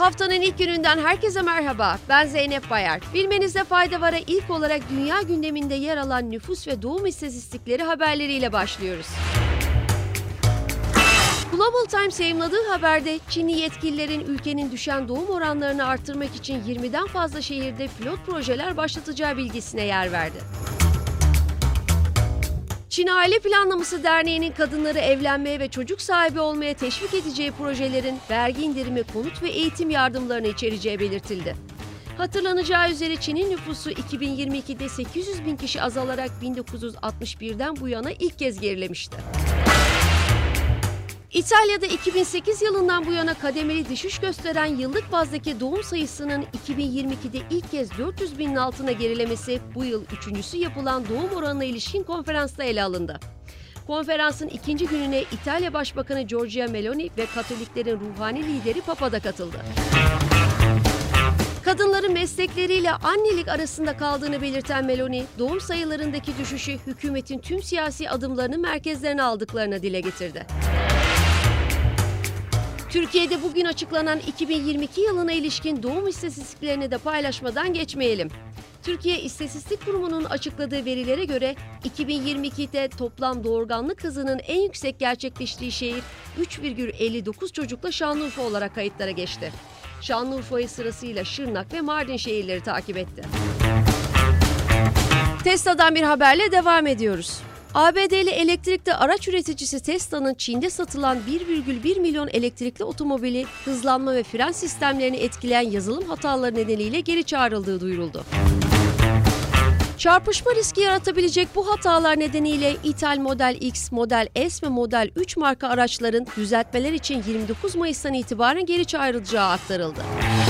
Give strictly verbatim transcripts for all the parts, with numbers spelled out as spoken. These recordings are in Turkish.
Haftanın ilk gününden herkese merhaba. Ben Zeynep Bayar. Bilmenizde fayda var'a ilk olarak dünya gündeminde yer alan nüfus ve doğum istatistikleri haberleriyle başlıyoruz. Global Times yayımladığı haberde Çinli yetkililerin ülkenin düşen doğum oranlarını arttırmak için yirmiden fazla şehirde pilot projeler başlatacağı bilgisine yer verdi. Çin Aile Planlaması Derneği'nin kadınları evlenmeye ve çocuk sahibi olmaya teşvik edeceği projelerin vergi indirimi, konut ve eğitim yardımlarını içereceği belirtildi. Hatırlanacağı üzere Çin'in nüfusu iki bin yirmi ikide sekiz yüz bin kişi azalarak bin dokuz yüz altmış birden bu yana ilk kez gerilemişti. İtalya'da iki bin sekiz yılından bu yana kademeli düşüş gösteren yıllık bazdaki doğum sayısının iki bin yirmi ikide ilk kez dört yüz binin altına gerilemesi bu yıl üçüncüsü yapılan doğum oranına ilişkin konferansta ele alındı. Konferansın ikinci gününe İtalya Başbakanı Giorgia Meloni ve Katoliklerin ruhani lideri Papa da katıldı. Kadınların meslekleriyle annelik arasında kaldığını belirten Meloni, doğum sayılarındaki düşüşü hükümetin tüm siyasi adımlarını merkezlerine aldıklarını dile getirdi. Türkiye'de bugün açıklanan iki bin yirmi iki yılına ilişkin doğum istatistiklerini de paylaşmadan geçmeyelim. Türkiye İstatistik Kurumu'nun açıkladığı verilere göre iki bin yirmi ikide toplam doğurganlık hızının en yüksek gerçekleştiği şehir üç virgül elli dokuz çocukla Şanlıurfa olarak kayıtlara geçti. Şanlıurfa'yı sırasıyla Şırnak ve Mardin şehirleri takip etti. Tesla'dan bir haberle devam ediyoruz. A B D'li elektrikli araç üreticisi Tesla'nın Çin'de satılan bir virgül bir milyon elektrikli otomobili hızlanma ve fren sistemlerini etkileyen yazılım hataları nedeniyle geri çağrıldığı duyuruldu. Çarpışma riski yaratabilecek bu hatalar nedeniyle ithal Model X, Model S ve Model üç marka araçların düzeltmeler için yirmi dokuz Mayıs'tan itibaren geri çağrılacağı aktarıldı.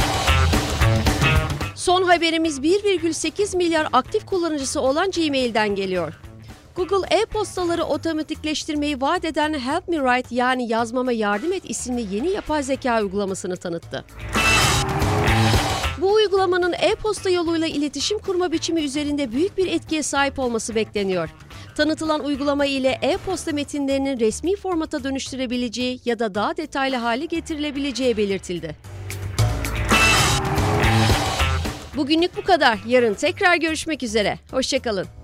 Son haberimiz bir virgül sekiz milyar aktif kullanıcısı olan Gmail'den geliyor. Google e-postaları otomatikleştirmeyi vaat eden Help Me Write yani Yazmama Yardım Et isimli yeni yapay zeka uygulamasını tanıttı. Bu uygulamanın e-posta yoluyla iletişim kurma biçimi üzerinde büyük bir etkiye sahip olması bekleniyor. Tanıtılan uygulama ile e-posta metinlerinin resmi formata dönüştürebileceği ya da daha detaylı hale getirilebileceği belirtildi. Bugünlük bu kadar. Yarın tekrar görüşmek üzere. Hoşça kalın.